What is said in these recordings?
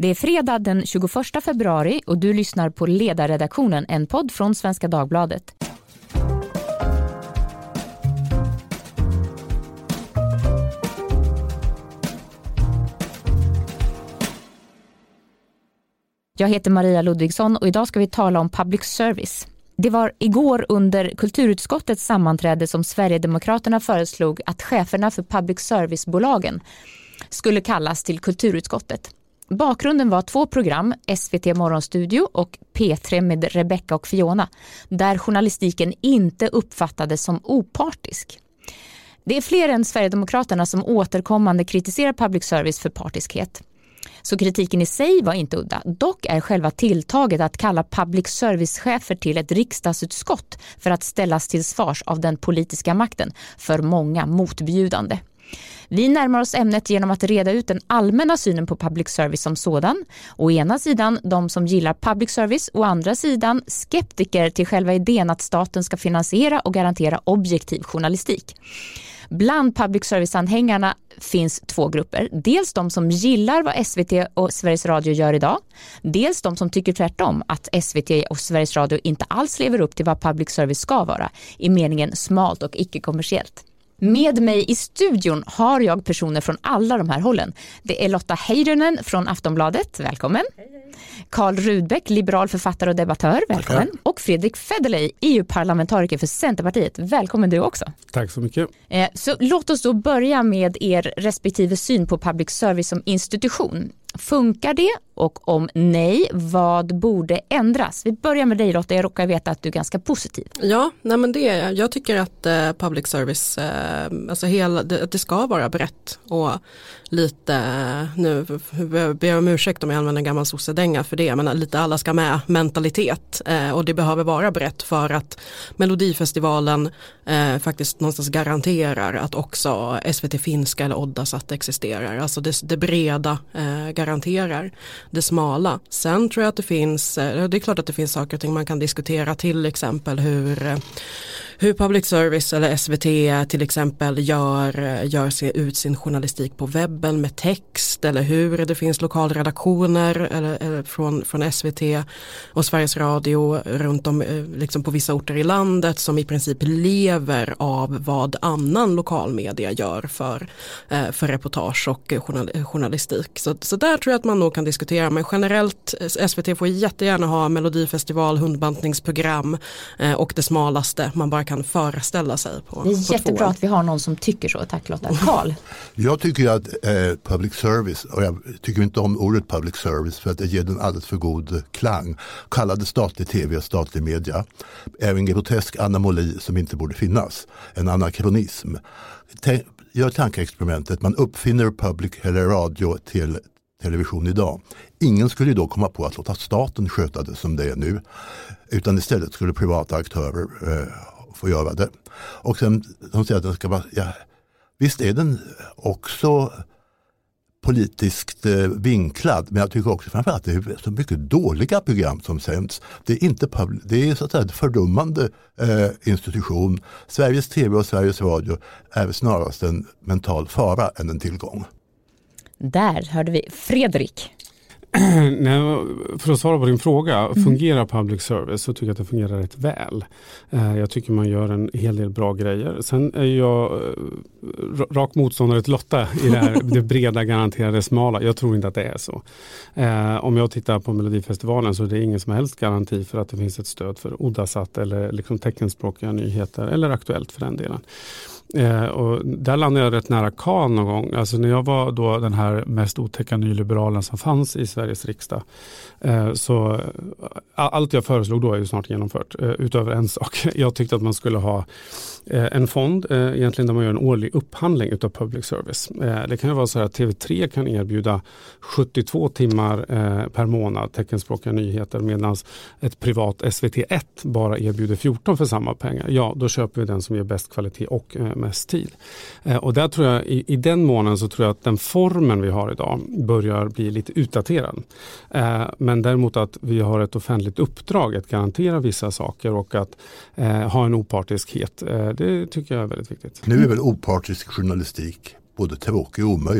Det är fredag den 21 februari och du lyssnar på Ledarredaktionen, en podd från Svenska Dagbladet. Jag heter Maria Ludvigsson och idag ska vi tala om public service. Det var igår under kulturutskottets sammanträde som Sverigedemokraterna föreslog att cheferna för public service-bolagen skulle kallas till kulturutskottet. Bakgrunden var 2 program, SVT Morgonstudio och P3 med Rebecca och Fiona, där journalistiken inte uppfattades som opartisk. Det är fler än Sverigedemokraterna som återkommande kritiserar public service för partiskhet. Så kritiken i sig var inte udda. Dock är själva tilltaget att kalla public service-chefer till ett riksdagsutskott för att ställas till svars av den politiska makten för många motbjudande. Vi närmar oss ämnet genom att reda ut den allmänna synen på public service som sådan. Å ena sidan de som gillar public service, å andra sidan skeptiker till själva idén att staten ska finansiera och garantera objektiv journalistik. Bland public service-anhängarna finns 2 grupper. Dels de som gillar vad SVT och Sveriges Radio gör idag. Dels de som tycker tvärtom att SVT och Sveriges Radio inte alls lever upp till vad public service ska vara, i meningen smalt och icke-kommersiellt. Med mig i studion har jag personer från alla de här hållen. Det är Lotta Heidernen från Aftonbladet, välkommen. Carl Rudbeck, liberal författare och debattör, välkommen. Tackar. Och Fredrik Federley, EU-parlamentariker för Centerpartiet, välkommen du också. Tack så mycket. Så låt oss då börja med er respektive syn på public service som institution. Funkar det? Och om nej, vad borde ändras? Vi börjar med dig Lotta, jag råkar veta att du är ganska positiv. Ja, nej men jag tycker att public service, alltså det ska vara brett och lite, nu ber jag om ursäkt om jag använder en gammal sossedänga för det, men lite alla ska med mentalitet och det behöver vara brett för att Melodifestivalen faktiskt någonstans garanterar att också SVT Finska eller Oddasat existerar. Alltså det breda garanterar det smala. Sen tror jag att det är klart att det finns saker och ting man kan diskutera, till exempel hur public service eller SVT till exempel gör ut sin journalistik på webben med text, eller hur det finns lokalredaktioner eller från SVT och Sveriges Radio runt om liksom på vissa orter i landet som i princip lever av vad annan lokalmedia gör för reportage och journalistik. Så där tror jag att man nog kan diskutera, men generellt SVT får jättegärna ha Melodifestival, hundbantningsprogram och det smalaste man bara kan föreställa sig på. Det är jättebra att vi har någon som tycker så. Tack Lotta. Carl? Jag tycker att public service, och jag tycker inte om ordet public service för att det ger den alldeles för god klang, kallade statlig tv och statlig media är en grotesk anomali som inte borde finnas. En anakronism. Gör tankeexperimentet, man uppfinner public eller radio till television idag. Ingen skulle då komma på att låta staten sköta det som det är nu, utan istället skulle privata aktörer få göra det. Och sen de säger att den ska vara, visst är den också politiskt vinklad, men jag tycker också framförallt att det är så mycket dåliga program som sänds. Det är så att säga en fördummande institution. Sveriges TV och Sveriges Radio är snarast en mental fara än en tillgång. Där hörde vi Fredrik. Nej, för att svara på din fråga, fungerar public service, så tycker jag att det fungerar rätt väl. Jag tycker man gör en hel del bra grejer. Sen är jag rak motståndare till Lotta i det breda garanterade smala. Jag tror inte att det är så. Om jag tittar på Melodifestivalen så är det ingen som helst garanti för att det finns ett stöd för Oddasat eller liksom teckenspråkiga nyheter eller Aktuellt för den delen. Och där landade jag rätt nära Kahn någon gång. Alltså när jag var då den här mest otäcka nyliberalen som fanns i Sveriges riksdag, så allt jag föreslog då är ju snart genomfört, utöver en sak. Jag tyckte att man skulle ha en fond egentligen där man gör en årlig upphandling utav public service. Det kan ju vara så här att TV3 kan erbjuda 72 timmar per månad teckenspråkiga nyheter, medan ett privat SVT1 bara erbjuder 14 för samma pengar. Ja, då köper vi den som ger bäst kvalitet och mest tid. Och där tror jag, i den månaden så tror jag att den formen vi har idag börjar bli lite utdaterad. Men däremot att vi har ett offentligt uppdrag att garantera vissa saker och att ha en opartiskhet, det tycker jag är väldigt viktigt. Nu är väl opartisk journalistik både tråkig och omöjlig.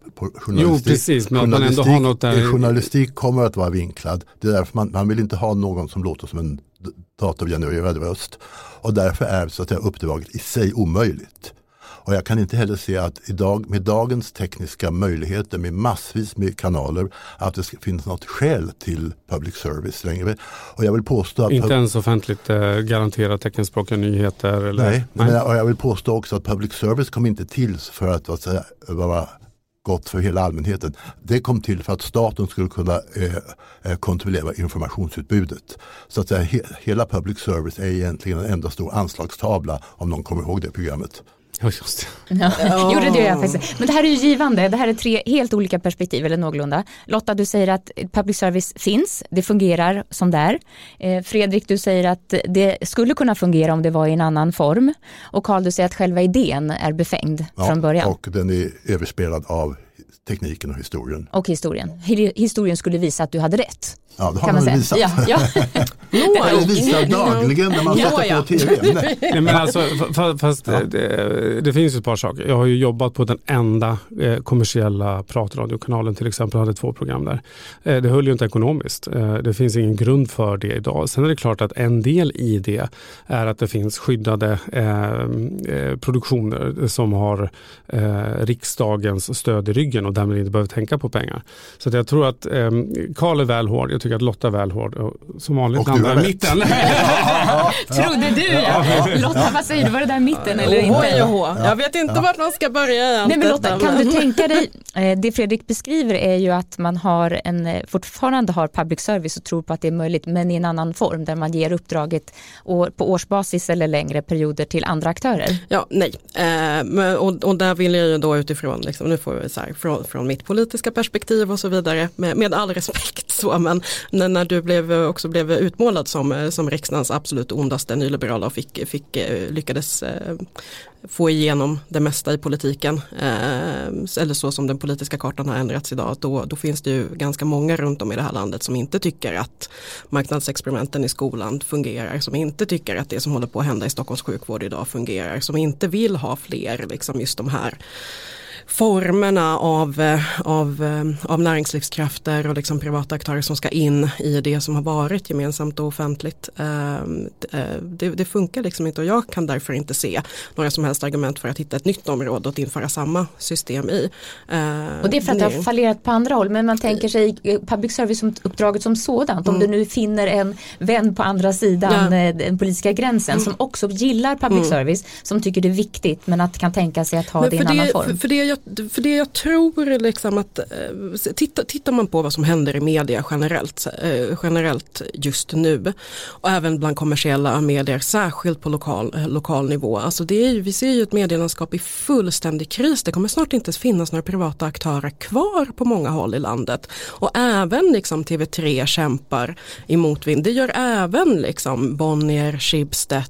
Jo, precis, men man ändå har något där. Journalistik kommer att vara vinklad. Det är därför man vill inte ha någon som låter som en datorgenererad röst. Och därför är så att säga uppdraget i sig omöjligt. Och jag kan inte heller se att med dagens tekniska möjligheter med massvis med kanaler att det finns något skäl till public service längre. Och jag vill påstå att inte ens offentligt garanterat teckenspråkiga nyheter? Eller? Nej. Och jag vill påstå också att public service kom inte till för att säga, vara gott för hela allmänheten. Det kom till för att staten skulle kunna kontrollera informationsutbudet. Så att säga, hela public service är egentligen en enda stor anslagstavla om någon kommer ihåg det programmet. Ja, just det. Ja. Jo, det gör jag faktiskt. Men det här är ju givande. Det här är 3 helt olika perspektiv eller någorlunda. Lotta, du säger att public service finns. Det fungerar som det är. Fredrik, du säger att det skulle kunna fungera om det var i en annan form. Och Carl, du säger att själva idén är befängd från början. Och den är överspelad av tekniken och historien. Och historien. Historien skulle visa att du hade rätt. Ja, det har man visat. Ja. Det visar dagligen när man sätter på tv. Nej, men alltså, fast det finns ett par saker. Jag har ju jobbat på den enda kommersiella pratradiokanalen, till exempel, hade 2 program där. Det höll ju inte ekonomiskt. Det finns ingen grund för det idag. Sen är det klart att en del i det är att det finns skyddade produktioner som har riksdagens stöd i ryggen och därmed inte behöver tänka på pengar. Så att jag tror att Carl är väl hård. Jag tycker att Lotta är väl hård. Och som vanligt landar i mitten. Trodde du, ja. Lotta, vad säger du? Var det där mitten eller inte? Jag vet inte vart man ska börja. Nej, men Lotta, kan du tänka dig, det Fredrik beskriver är ju att man fortfarande har public service och tror på att det är möjligt, men i en annan form där man ger uppdraget på årsbasis eller längre perioder till andra aktörer. Ja, nej. Och där vill jag ju då utifrån, liksom, nu får vi så här, från mitt politiska perspektiv och så vidare, med all respekt så, men när du blev utmålad som riksdagens absolut ondaste nyliberala och lyckades få igenom det mesta i politiken, eller så som den politiska kartan har ändrats idag, då finns det ju ganska många runt om i det här landet som inte tycker att marknadsexperimenten i skolan fungerar, som inte tycker att det som håller på att hända i Stockholms sjukvård idag fungerar, som inte vill ha fler liksom just de här formerna av näringslivskrafter och liksom privata aktörer som ska in i det som har varit gemensamt och offentligt. Det funkar liksom inte, och jag kan därför inte se några som helst argument för att hitta ett nytt område och införa samma system i. Och det är för att det har fallerat på andra håll, men man tänker sig public service-uppdraget som sådant. Om du nu finner en vän på andra sidan den politiska gränsen som också gillar public service, som tycker det är viktigt men att kan tänka sig att ha det i en annan form. För det jag tror liksom att tittar man på vad som händer i media generellt just nu, och även bland kommersiella medier, särskilt på lokal nivå. Alltså vi ser ju ett medielandskap i fullständig kris. Det kommer snart inte finnas några privata aktörer kvar på många håll i landet. Och även liksom TV3 kämpar i motvind. Det gör även liksom Bonnier, Schibsted,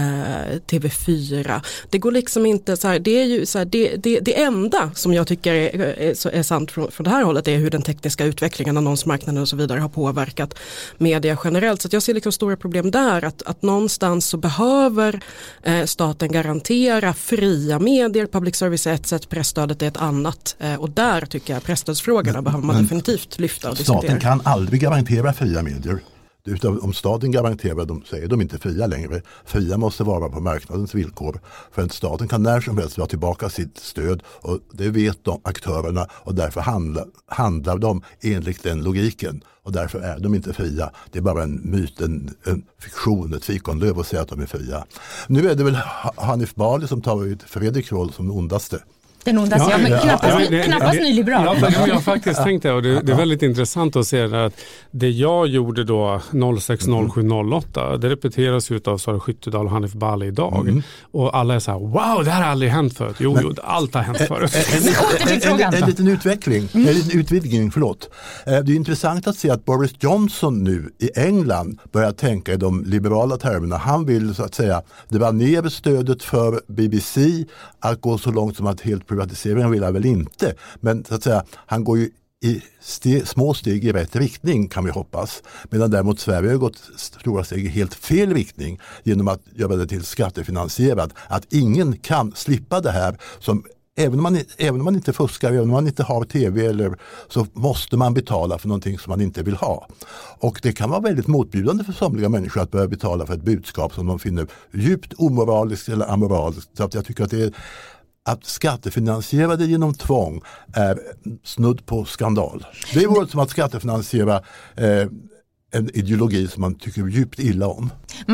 TV4. Det går liksom inte så här, det är ju så här, det enda som jag tycker är sant från det här hållet är hur den tekniska utvecklingen, annonsmarknaden och så vidare har påverkat media generellt. Så att jag ser liksom stora problem där, att någonstans så behöver staten garantera fria medier. Public service är ett sätt, presstödet är ett annat. Och där tycker jag presstödsfrågorna behöver man definitivt lyfta och diskutera. Staten kan aldrig garantera fria medier. Om staten garanterar dem så är de inte fria längre. Fria måste vara på marknadens villkor. För att staten kan när som helst dra tillbaka sitt stöd, och det vet de aktörerna, och därför handlar de enligt den logiken. Och därför är de inte fria. Det är bara en myt, en fiktion, ett fikonlöv att säga att de är fria. Nu är det väl Hanif Bali som tar ut Fredrik roll som den ondaste. Den ondaste, men knappast nyliberal. Jag har faktiskt tänkt det, och det är väldigt intressant att se att det jag gjorde då 06, 07, 08, det repeteras ut av Sara Skyttedal och Hanif Bali idag. Och alla är så här, wow, det här har aldrig hänt förut. Jo, allt har hänt förut. En liten utvidgning, förlåt. Det är intressant att se att Boris Johnson nu i England börjar tänka i de liberala termerna. Han vill så att säga dra ner stödet för BBC, att gå så långt som att helt privatiseringen vill jag väl inte, men så att säga, han går ju i små steg i rätt riktning, kan vi hoppas. Medan däremot Sverige har gått stora steg i helt fel riktning genom att göra det till skattefinansierad. Att ingen kan slippa det här som även om man inte fuskar, även om man inte har tv så måste man betala för någonting som man inte vill ha. Och det kan vara väldigt motbjudande för somliga människor att börja betala för ett budskap som de finner djupt omoraliskt eller amoraliskt. Så att jag tycker att det är att skattefinansiera det genom tvång är snudd på skandal. Det är som att skattefinansiera en ideologi som man tycker djupt illa om.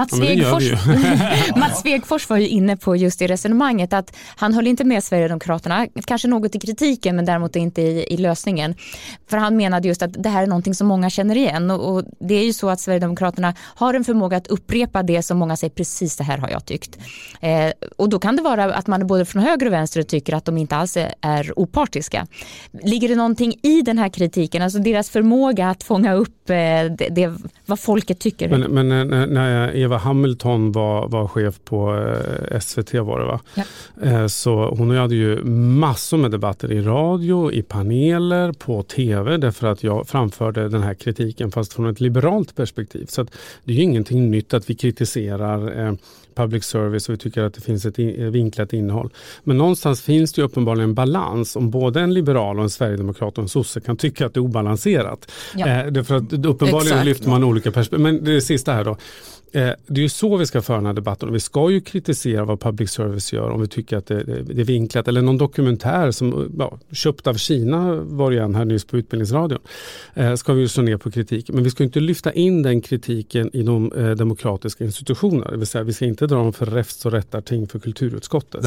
Mats Svegfors var ju inne på just det resonemanget att han höll inte med Sverigedemokraterna, kanske något i kritiken men däremot inte i lösningen. För han menade just att det här är någonting som många känner igen och det är ju så att Sverigedemokraterna har en förmåga att upprepa det som många säger, precis det här har jag tyckt. Och då kan det vara att man både från höger och vänster tycker att de inte alls är opartiska. Ligger det någonting i den här kritiken, alltså deras förmåga att fånga upp det vad folket tycker? Men när Eva Hamilton var chef på SVT var det va? Ja. Så hon hade ju massor med debatter i radio, i paneler, på tv därför att jag framförde den här kritiken fast från ett liberalt perspektiv. Så att det är ju ingenting nytt att vi kritiserar public service och vi tycker att det finns ett vinklat innehåll. Men någonstans finns det ju uppenbarligen en balans om både en liberal och en sverigedemokrat och en sosse kan tycka att det är obalanserat. Ja. Därför att uppenbarligen lyfter man olika perspektiv. Men det sista här då. Det är ju så vi ska föra den här debatten. Vi ska ju kritisera vad public service gör om vi tycker att det är vinklat. Eller någon dokumentär som köpt av Kina var igen här nyss på Utbildningsradion. Ska vi ju slå ner på kritik. Men vi ska inte lyfta in den kritiken i de demokratiska institutionerna. Det vill säga vi ska inte dra dem för räfst och rättarting för kulturutskottet.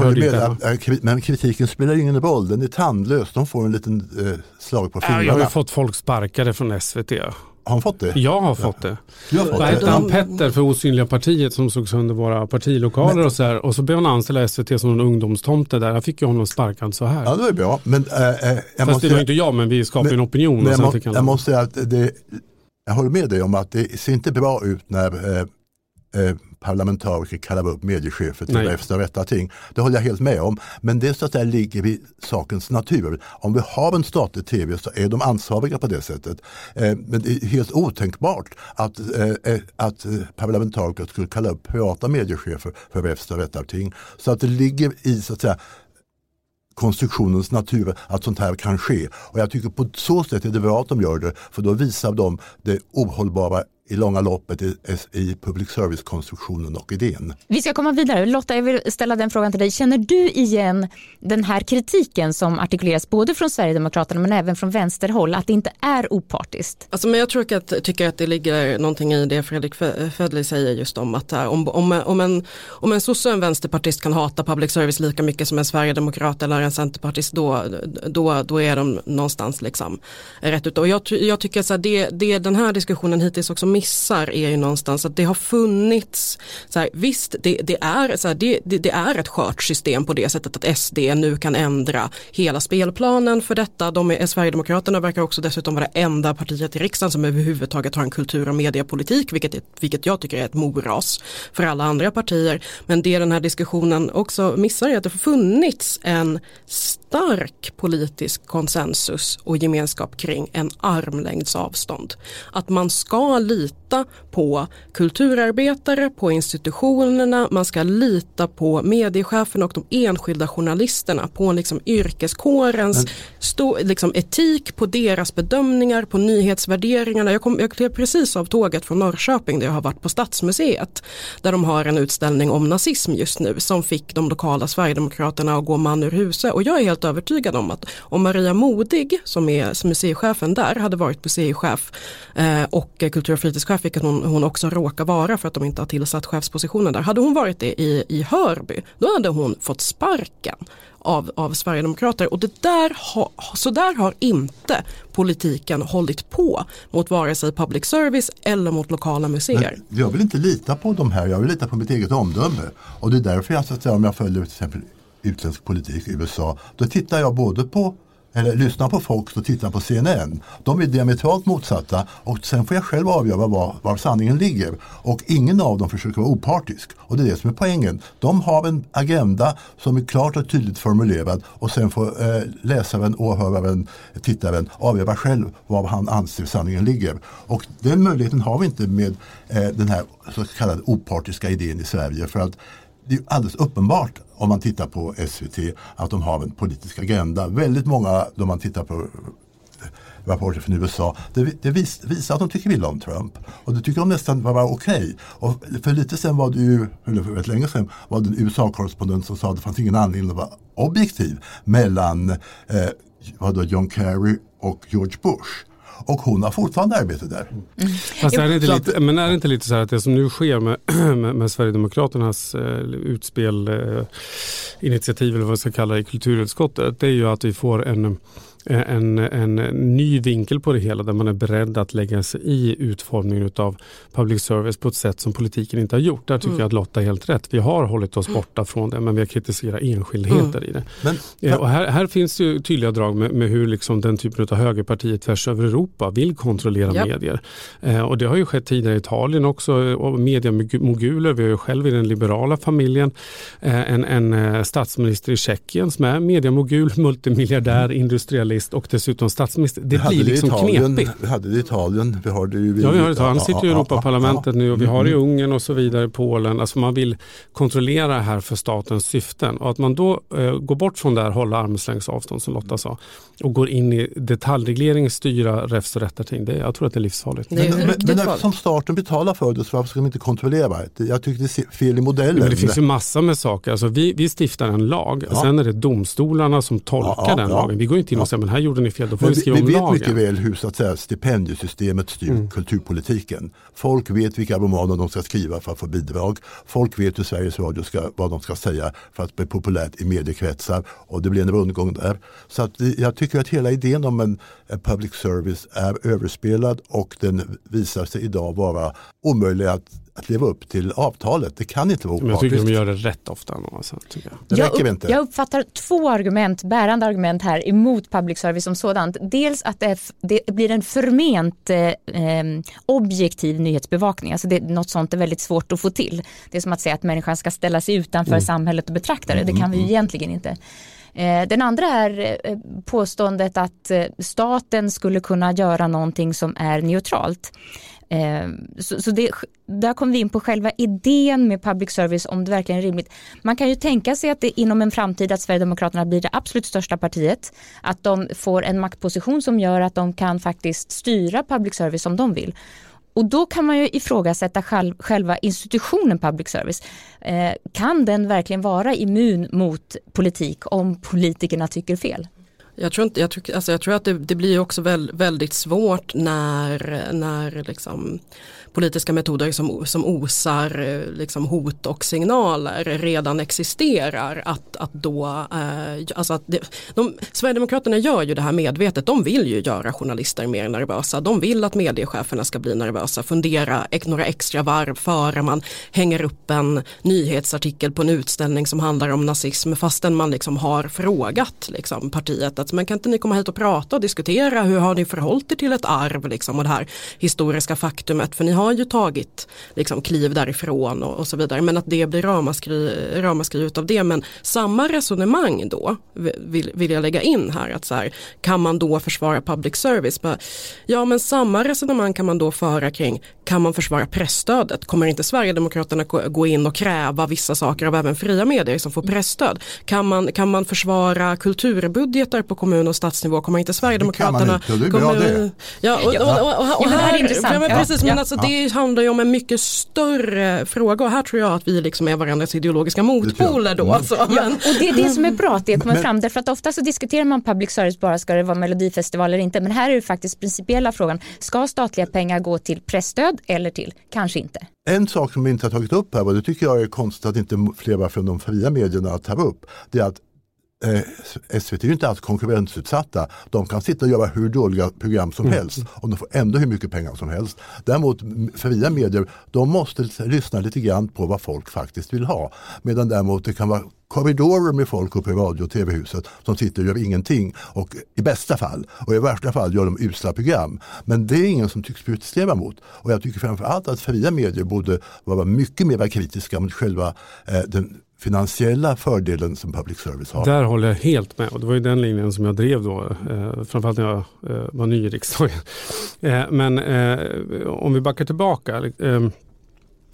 Men kritiken spelar ingen roll. Den är tandlös. De får en liten slag på fingrarna. Jag har fått folk sparkade från SVT. Har han fått det? Jag har fått det. Vad hette han? Petter för Osynliga partiet som såg sönder våra partilokaler och så här. Och så blev han anställa SVT som en ungdomstomte där. Jag fick ju honom sparkad så här. Ja, det var bra. Men, fast det var inte jag, men vi skapade en opinion. Jag måste säga att jag håller med dig om att det ser inte bra ut när parlamentariker kallar upp mediechefer till efter rätta ting. Det håller jag helt med om. Men det så att det ligger i sakens natur. Om vi har en statlig tv så är de ansvariga på det sättet. Men det är helt otänkbart att parlamentariker skulle kalla upp privata mediechefer för efter rätta ting. Så att det ligger i så att säga konstruktionens natur att sånt här kan ske. Och jag tycker på så sätt är det bra att de gör det, för då visar de det ohållbara i långa loppet i public service-konstruktionen och idén. Vi ska komma vidare. Lotta, jag vill ställa den frågan till dig. Känner du igen den här kritiken som artikuleras både från Sverigedemokraterna men även från vänsterhåll, att det inte är opartiskt? Alltså, men jag tycker att det ligger någonting i det Fredrik Federley säger just om att om en sosse och en vänsterpartist kan hata public service lika mycket som en sverigedemokrat eller en centerpartist, då är de någonstans liksom rätt ut. Och jag tycker att så här, det den här diskussionen hittills också missar är ju någonstans att det har funnits så här, visst det är ett skört system på det sättet att SD nu kan ändra hela spelplanen för detta. Sverigedemokraterna verkar också dessutom vara det enda partiet i riksdagen som överhuvudtaget har en kultur- och mediepolitik, vilket jag tycker är ett moras för alla andra partier. Men det den här diskussionen också missar är att det har funnits en stark politisk konsensus och gemenskap kring en armlängds avstånd. Att man ska lita på kulturarbetare, på institutionerna, man ska lita på mediecheferna och de enskilda journalisterna, på liksom yrkeskårens liksom etik, på deras bedömningar, på nyhetsvärderingarna. Jag klev precis av tåget från Norrköping där jag har varit på Stadsmuseet, där de har en utställning om nazism just nu som fick de lokala Sverigedemokraterna att gå man ur huset. Och jag är helt övertygad om att om Maria Modig, som är museichefen där, hade varit museichef och kultur- och fritidschef, vilket hon också råkar vara för att de inte har tillsatt chefspositionen där. Hade hon varit det i Hörby, då hade hon fått sparken av Sverigedemokrater. Och så där har inte politiken hållit på mot vare sig public service eller mot lokala museer. Men jag vill inte lita på de här, jag vill lita på mitt eget omdöme. Och det är därför jag, så att säga, om jag följer till exempel utländsk politik i USA, då tittar jag både på eller lyssnar på folk som tittar på CNN. De är diametralt motsatta och sen får jag själv avgöra var sanningen ligger. Och ingen av dem försöker vara opartisk. Och det är det som är poängen. De har en agenda som är klart och tydligt formulerad och sen får läsaren, åhöraren, tittaren avgöra själv var han anser sanningen ligger. Och den möjligheten har vi inte med den här så kallade opartiska idén i Sverige, för att det är alldeles uppenbart om man tittar på SVT att de har en politisk agenda. Väldigt många, då man tittar på rapporter från USA, det visar att de tycker illa om Trump. Och det tycker de nästan var okej. Och för lite sen var det ju, eller för rätt länge sedan, var det en USA-korrespondent som sa att det fanns ingen anledning att vara objektiv mellan John Kerry och George Bush. Och hon har fortfarande arbete där. Fast är det inte lite så här att det som nu sker med Sverigedemokraternas utspel, initiativ eller vad man ska kalla det i kulturutskottet, det är ju att vi får en ny vinkel på det hela där man är beredd att lägga sig i utformningen av public service på ett sätt som politiken inte har gjort. Där tycker jag att Lotta är helt rätt. Vi har hållit oss borta från det, men vi har kritiserat enskildheter i det. Och här finns det ju tydliga drag med hur liksom den typen av högerpartier tvärs över Europa vill kontrollera medier. Och det har ju skett tidigare i Italien också, och mediemoguler. Vi har ju själv i den liberala familjen en statsminister i Tjeckien som är mediemogul, multimiljardär, industrialist och dessutom statsminister. Det blir liksom knepigt. Vi hade det i Italien. Vi har det ju vi har det. Han sitter i Europaparlamentet nu och vi har det i Ungern och så vidare, Polen. Alltså man vill kontrollera här för statens syften. Och att man då går bort från där, hålla armslängds avstånd som Lotta sa, och går in i detaljreglering, styra, räfs och rätta ting. Jag tror att det är livsfarligt. Men som staten betalar för det, så varför ska de inte kontrollera det? Jag tycker det är fel i modellen. Men det finns ju massa med saker. Alltså vi stiftar en lag. Sen är det domstolarna som tolkar den lagen. Vi går inte in och säger, men här gjorde ni fel, då får vi skriva om lagen. Vi vet mycket väl hur så att säga, stipendiesystemet styr kulturpolitiken. Folk vet vilka romaner de ska skriva för att få bidrag. Folk vet hur Sveriges Radio vad de ska säga för att bli populärt i mediekretsar, och det blir en rundgång där. Så att jag tycker att hela idén om en public service är överspelad, och den visar sig idag vara omöjlig att leva upp till avtalet. Det kan inte vara opartiskt. Men jag tycker de gör det rätt ofta. Alltså, jag uppfattar två bärande argument här emot public service som sådant. Dels att det blir en förment objektiv nyhetsbevakning. Alltså något sånt är väldigt svårt att få till. Det är som att säga att människan ska ställa sig utanför samhället och betrakta det. Det kan vi ju egentligen inte. Den andra är påståendet att staten skulle kunna göra någonting som är neutralt. Så där kommer vi in på själva idén med public service, om det verkligen är rimligt. Man kan ju tänka sig att det inom en framtid att Sverigedemokraterna blir det absolut största partiet, att de får en maktposition som gör att de kan faktiskt styra public service som de vill. Och då kan man ju ifrågasätta själva institutionen public service. Kan den verkligen vara immun mot politik om politikerna tycker fel? Jag tror att det blir också väldigt svårt när liksom politiska metoder som osar liksom hot och signaler redan existerar, att då Sverigedemokraterna gör ju det här medvetet. De vill ju göra journalister mer nervösa. De vill att mediecheferna ska bli nervösa, fundera några extra varv före man hänger upp en nyhetsartikel på en utställning som handlar om nazism, fastän man liksom har frågat liksom partiet att, men kan inte ni komma hit och prata och diskutera, hur har ni förhållit er till ett arv liksom, och det här historiska faktumet, för ni har ju tagit liksom kliv därifrån och så vidare, men att det blir ramaskri utav det. Men samma resonemang då vill jag lägga in här, att så här, kan man då försvara public service? Ja, men samma resonemang kan man då föra kring, kan man försvara pressstödet? Kommer inte Sverigedemokraterna gå in och kräva vissa saker av även fria medier som får pressstöd? Kan man försvara kulturbudgetar på kommun- och stadsnivå? Kommer inte Sverigedemokraterna... Det handlar ju om en mycket större fråga, och här tror jag att vi liksom är varandras ideologiska motpoler då. Alltså. Och det är det som är bra att det kommer fram, därför att ofta så diskuterar man public service bara, ska det vara Melodifestival eller inte, men här är det faktiskt principiella frågan, ska statliga pengar gå till pressstöd eller till kanske inte? En sak som vi inte har tagit upp här, och det tycker jag är konstigt att inte flera från de fria medierna tar upp, det är att SVT är ju inte alls konkurrensutsatta. De kan sitta och göra hur dåliga program som helst och de får ändå hur mycket pengar som helst. Däremot fria medier, de måste lyssna lite grann på vad folk faktiskt vill ha. Medan däremot det kan vara korridorer med folk uppe i radio- och tv-huset som sitter och gör ingenting, och i bästa fall och i värsta fall gör de usla program. Men det är ingen som tycks protestera mot. Och jag tycker framförallt att fria medier borde vara mycket mer kritiska mot själva den finansiella fördelen som public service har. Där håller jag helt med, och det var ju den linjen som jag drev då, framförallt när jag var ny i riksdagen. Men om vi backar tillbaka,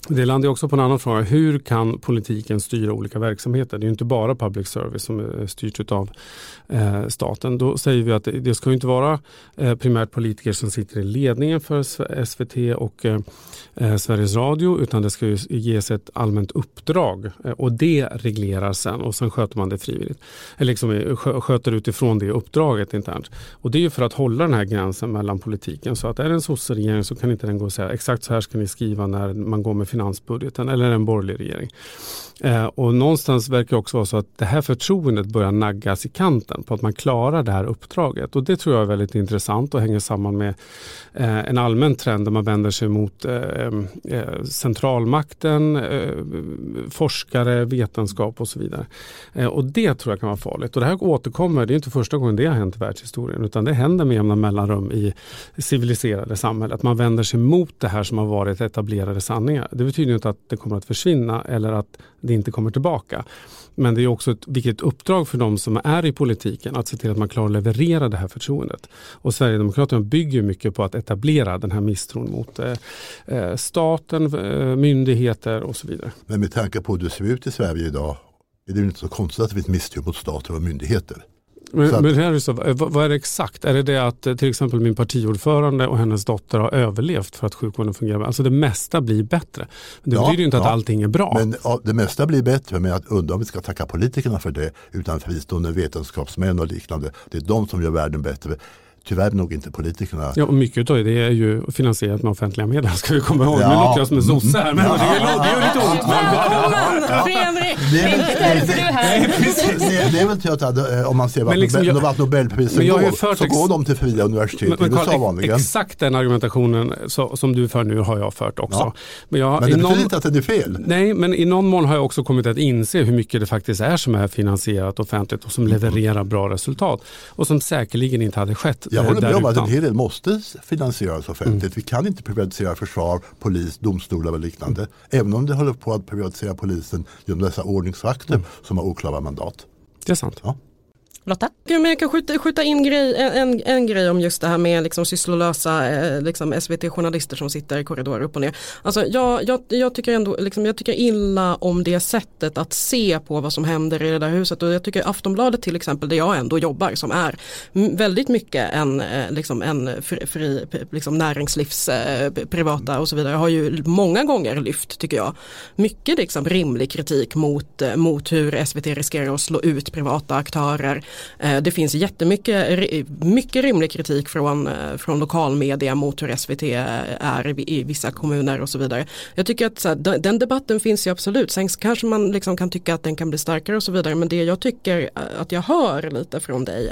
Det landar också på en annan fråga. Hur kan politiken styra olika verksamheter? Det är ju inte bara public service som är styrt av staten. Då säger vi att det ska ju inte vara primärt politiker som sitter i ledningen för SVT och Sveriges Radio, utan det ska ju ges ett allmänt uppdrag och det reglerar sen och sen sköter man det frivilligt. Eller liksom sköter utifrån det uppdraget internt. Och det är ju för att hålla den här gränsen mellan politiken, så att är det en sosseregering så kan inte den gå och säga exakt så här ska ni skriva när man går med finansbudgeten, eller en borgerlig regering. Och någonstans verkar det också vara så att det här förtroendet börjar naggas i kanten på att man klarar det här uppdraget. Och det tror jag är väldigt intressant och hänger samman med en allmän trend där man vänder sig mot centralmakten, forskare, vetenskap och så vidare. Och det tror jag kan vara farligt. Och det här återkommer, det är inte första gången det har hänt i världshistorien, utan det händer med jämna mellanrum i civiliserade samhällen. Att man vänder sig mot det här som har varit etablerade sanningar. Det betyder inte att det kommer att försvinna eller att det inte kommer tillbaka. Men det är också ett viktigt uppdrag för de som är i politiken att se till att man klarar att leverera det här förtroendet. Och Sverigedemokraterna bygger mycket på att etablera den här misstron mot staten, myndigheter och så vidare. Men med tanke på hur det ser ut i Sverige idag är det inte så konstigt att det finns misstro mot staten och myndigheter. Men här är så, vad är det exakt? Är det att till exempel min partiordförande och hennes dotter har överlevt för att sjukvården fungerar? Alltså det mesta blir bättre. Det betyder ju inte att allting är bra. Men det mesta blir bättre, med att undra om vi ska tacka politikerna för det, utan fristående vetenskapsmän och liknande. Det är de som gör världen bättre. Tyvärr nog inte politikerna. Ja, och mycket av det är ju finansierat med offentliga medel, ska vi komma ihåg. Nu låter jag som en sosse här, men det är ju lite ont. Det är väl till att om man ser vad Nobelprisen går, så går de till fria universitet i USA vanligen. Exakt den argumentationen som du för nu har jag fört också. Ja. Men det betyder inte att det är fel. Nej, men i någon mån har jag också kommit att inse hur mycket det faktiskt är som är finansierat offentligt och som levererar bra resultat och som säkerligen inte hade skett. Jag håller med om att en hel del måste finansieras offentligt. Vi kan inte privatisera försvar, polis, domstolar och liknande. Även om det håller på att privatisera polisen genom dessa ordningsvakter som har oklara mandat. Det är sant. Ja. Lotta? Men jag kan skjuta in en grej om just det här med liksom sysslolösa liksom SVT-journalister som sitter i korridorer upp och ner. Alltså jag tycker ändå liksom, jag tycker illa om det sättet att se på vad som händer i det där huset, och jag tycker Aftonbladet till exempel, där jag ändå jobbar, som är väldigt mycket en fri liksom näringslivs privata och så vidare, har ju många gånger lyft, tycker jag, mycket liksom rimlig kritik mot hur SVT riskerar att slå ut privata aktörer. Det finns mycket rimlig kritik från lokalmedia mot hur SVT är i vissa kommuner och så vidare. Jag tycker att så här, den debatten finns ju absolut. Sen kanske man liksom kan tycka att den kan bli starkare och så vidare, men det jag tycker att jag hör lite från dig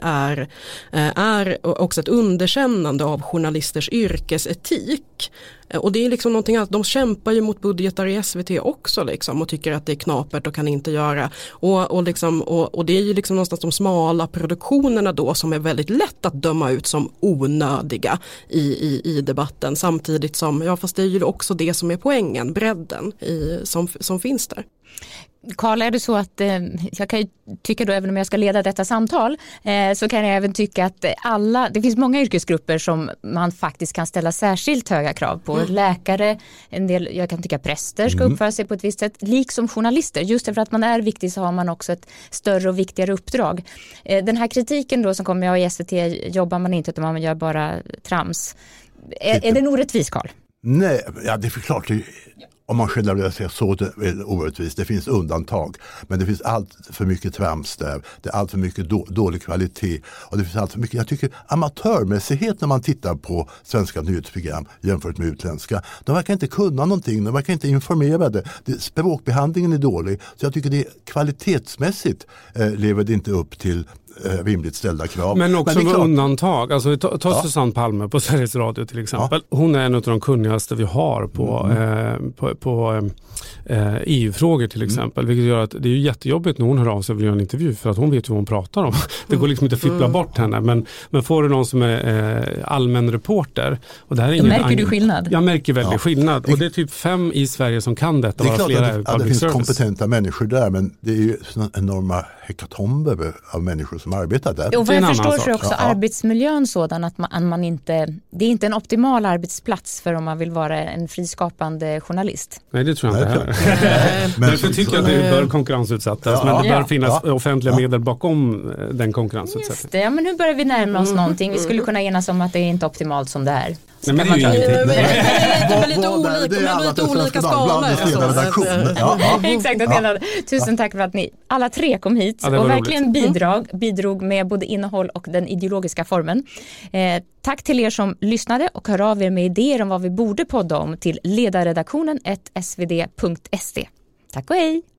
är också ett underkännande av journalisters yrkesetik. Och det är liksom någonting att de kämpar ju mot budgetar i SVT också liksom, och tycker att det är knapert och kan inte göra. Och det är ju liksom någonstans de smala produktionerna då som är väldigt lätt att döma ut som onödiga i debatten, samtidigt som, fast det är ju också det som är poängen, bredden som finns där. Karl, är det så att jag kan ju tycka då, även om jag ska leda detta samtal, så kan jag även tycka att det finns många yrkesgrupper som man faktiskt kan ställa särskilt höga krav på. Läkare, en del, jag kan tycka präster ska uppföra sig på ett visst sätt, liksom journalister. Just för att man är viktig så har man också ett större och viktigare uppdrag. Den här kritiken då som kommer jag i SVT, jobbar man inte utan man gör bara trams. Är det en orättvis, Karl? Nej, det är för klart. Om man generaliserar så är det orättvist. Det finns undantag. Men det finns allt för mycket trams där. Det är allt för mycket dålig kvalitet. Och det finns allt för mycket, jag tycker, amatörmässighet när man tittar på svenska nyhetsprogram jämfört med utländska. De verkar inte kunna någonting. De verkar inte informerade. Språkbehandlingen är dålig. Så jag tycker det kvalitetsmässigt lever det inte upp till rimligt ställda krav. Men också med undantag. Alltså, ta Susanne Palme på Sveriges Radio till exempel. Ja. Hon är en av de kunnigaste vi har på EU-frågor till exempel. Vilket gör att det är ju jättejobbigt när hon hör av sig och vill göra en intervju, för att hon vet ju vad hon pratar om. Det går liksom inte att fippla bort henne. Men får du någon som är allmän reporter. Och det här är märker du skillnad? Jag märker väldigt skillnad. Och det är typ 5 i Sverige som kan detta. Det är klart flera att det finns kompetenta människor där, men det är ju såna enorma hekatomber av människor som arbetar där. Och vad Det är en jag annan förstår sak. så är också arbetsmiljön sådan att man inte, det är inte en optimal arbetsplats för om man vill vara en friskapande journalist. Nej, det tror jag inte Nej, heller. Men Därför tycker jag att det bör konkurrensutsättas, men det bör finnas offentliga medel bakom den konkurrensutsättningen. Just det, ja, men nu börjar vi närma oss någonting. Vi skulle kunna enas om att det är inte optimalt som det är. Nej, men det är ju ingenting. Men lite olika skalor. Exakt, att dela. Tusen tack för att ni alla tre kom hit Ja, och verkligen bidrog med både innehåll och den ideologiska formen. Tack till er som lyssnade och hör av er med idéer om vad vi borde podda om till ledarredaktionen @svd.se. Tack och hej!